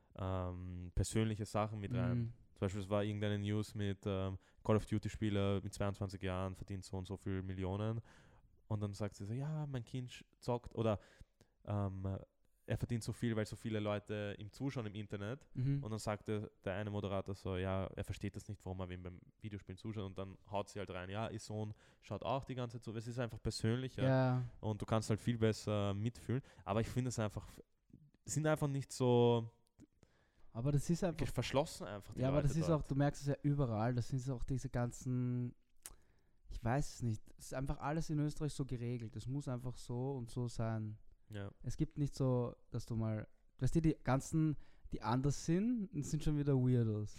ähm, persönliche Sachen mit rein. Mhm. Zum Beispiel, es war irgendeine News mit ähm, Call of Duty-Spieler mit zweiundzwanzig Jahren verdient so und so viel Millionen. Und dann sagt sie so, ja, mein Kind sch- zockt oder ähm, er verdient so viel, weil so viele Leute ihm zuschauen im Internet. Mhm. Und dann sagte der eine Moderator so, ja, er versteht das nicht, warum er wem beim Videospielen zuschaut. Und dann haut sie halt rein, ja, ihr Sohn schaut auch die ganze Zeit so. Es ist einfach persönlicher Ja, und du kannst halt viel besser mitfühlen. Aber ich finde es einfach, sind einfach nicht so aber das ist einfach. verschlossen einfach. Die Ja, aber Leute das ist dort. auch, du merkst es ja überall, das sind auch diese ganzen. Ich weiß es nicht. Es ist einfach alles in Österreich so geregelt. Es muss einfach so und so sein. Ja. Es gibt nicht so, dass du mal. Weißt du, die ganzen, die anders sind, sind schon wieder Weirdos.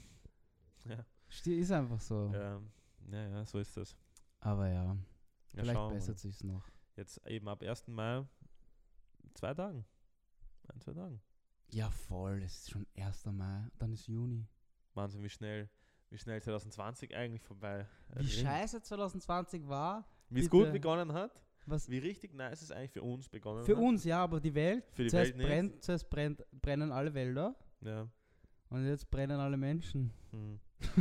Ja. Sti- Ist einfach so. Ja, ja, ja, so ist das. Aber ja, Ja, vielleicht schauen wir bessert mal. sich's noch. Jetzt eben ab ersten Mai, zwei Tagen. Ein, zwei Tagen. Ja, voll. Es ist schon erster Mai. Dann ist Juni. Wahnsinn, wie schnell, wie schnell zwanzig zwanzig eigentlich vorbei. Wie rinnt. scheiße zwanzig zwanzig war. Wie es bitte. gut begonnen hat. Was Wie richtig nice es eigentlich für uns begonnen für hat. uns, ja, aber die Welt. Für die zuerst Welt nicht. brennt, zuerst brennt, brennen alle Wälder. Ja. Und jetzt brennen alle Menschen. Hm.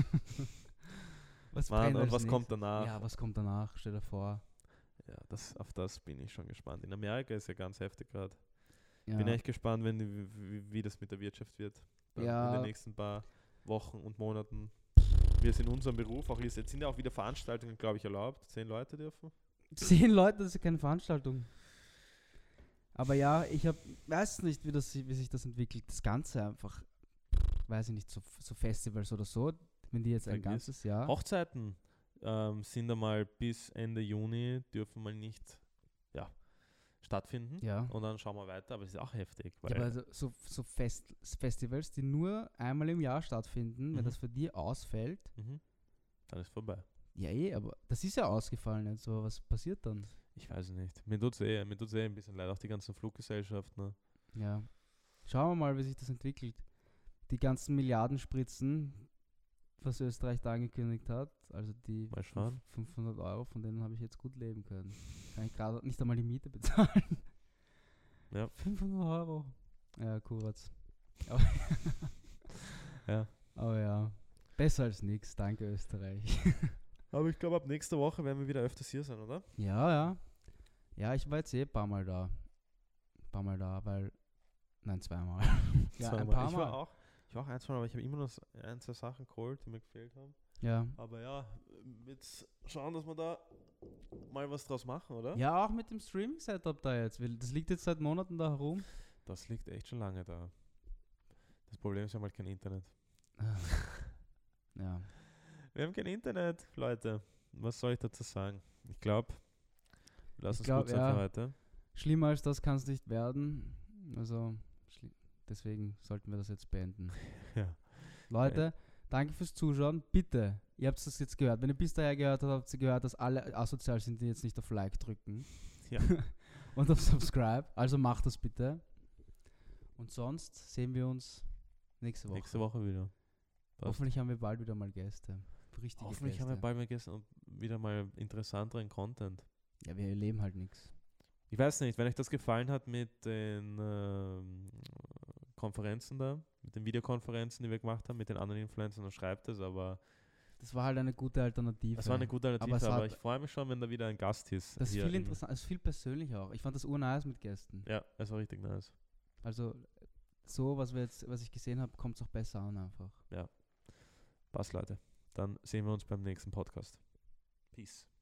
Was Mann, brennt und als was kommt nächstes? danach? Ja, was kommt danach? Stell dir vor. Ja, das, auf das bin ich schon gespannt. In Amerika ist ja ganz heftig gerade. Ja. Bin echt gespannt, wenn, die- wie, wie das mit der Wirtschaft wird. Dann Ja. In den nächsten paar Wochen und Monaten. Wir sind in unserem Beruf, auch jetzt sind ja auch wieder Veranstaltungen, glaube ich, erlaubt. Zehn Leute dürfen. Zehn Leute, das ist ja keine Veranstaltung. Aber ja, ich hab, weiß nicht, wie, das, wie sich das entwickelt. Das Ganze einfach, weiß ich nicht, so, so Festivals oder so, wenn die jetzt ein Vergiss. ganzes Jahr... Hochzeiten ähm, sind einmal bis Ende Juni, dürfen mal nicht ja, stattfinden. Ja. Und dann schauen wir weiter, aber es ist auch heftig. Ja, Weil aber also so, so Fest, Festivals, die nur einmal im Jahr stattfinden, wenn Mhm. das für die ausfällt, mhm, dann ist vorbei. ja eh, aber das ist ja ausgefallen jetzt, so was passiert dann? Ich weiß es nicht. Mir tut es eh, mir tut's eh ein bisschen leid, auch die ganzen Fluggesellschaften. Ne? Ja. Schauen wir mal, wie sich das entwickelt. Die ganzen Milliardenspritzen, was Österreich da angekündigt hat, also die Mal schauen. fünfhundert Euro, von denen habe ich jetzt gut leben können. Kann ich gerade nicht einmal die Miete bezahlen. Ja. fünfhundert Euro. Ja, Kuratz. Ja. Aber ja, besser als nichts. Danke, Österreich. Aber ich glaube, ab nächster Woche werden wir wieder öfters hier sein, oder? Ja, ja. Ja, ich war jetzt eh ein paar Mal da. Ein paar Mal da, weil. Nein, zweimal. Ja, ein Zweimal. paar ich war Mal. auch, ich war auch ein, zwei Mal, aber ich habe immer noch so ein, zwei Sachen geholt, die mir gefehlt haben. Ja. Aber ja, jetzt schauen, dass wir da mal was draus machen, oder? Ja, auch mit dem Streaming-Setup da jetzt. weil Das liegt jetzt seit Monaten da herum. Das liegt echt schon lange da. Das Problem ist ja mal kein Internet. Ja. Wir haben kein Internet, Leute. Was soll ich dazu sagen? Ich glaube, lass Ich uns glaub, gut sein ja. für heute. Schlimmer als das kann es nicht werden. Also, schli- deswegen sollten wir das jetzt beenden. Ja. Leute, danke fürs Zuschauen. Bitte, ihr habt das jetzt gehört. Wenn ihr bis daher gehört habt, habt ihr gehört, dass alle asozial sind, die jetzt nicht auf Like drücken. Ja. Und auf Subscribe. Also macht das bitte. Und sonst sehen wir uns nächste Woche. Nächste Woche wieder. Passt. Hoffentlich haben wir bald wieder mal Gäste. Richtige Hoffentlich Gäste. haben wir bald mal gestern und wieder mal interessanteren Content. Ja, wir erleben halt nichts. Ich weiß nicht, wenn euch das gefallen hat mit den ähm, Konferenzen da, mit den Videokonferenzen, die wir gemacht haben, mit den anderen Influencern, dann schreibt es, aber Das war halt eine gute Alternative. es war eine gute Alternative, Aber es aber, hat- ich freue mich schon, wenn da wieder ein Gast ist. Das ist hier viel im- interessant, es ist viel persönlicher auch. Ich fand das urnice mit Gästen. Ja, es war richtig nice. Also so, was wir jetzt, was ich gesehen habe, kommt es auch besser an einfach. Passt, Leute. Dann sehen wir uns beim nächsten Podcast. Peace.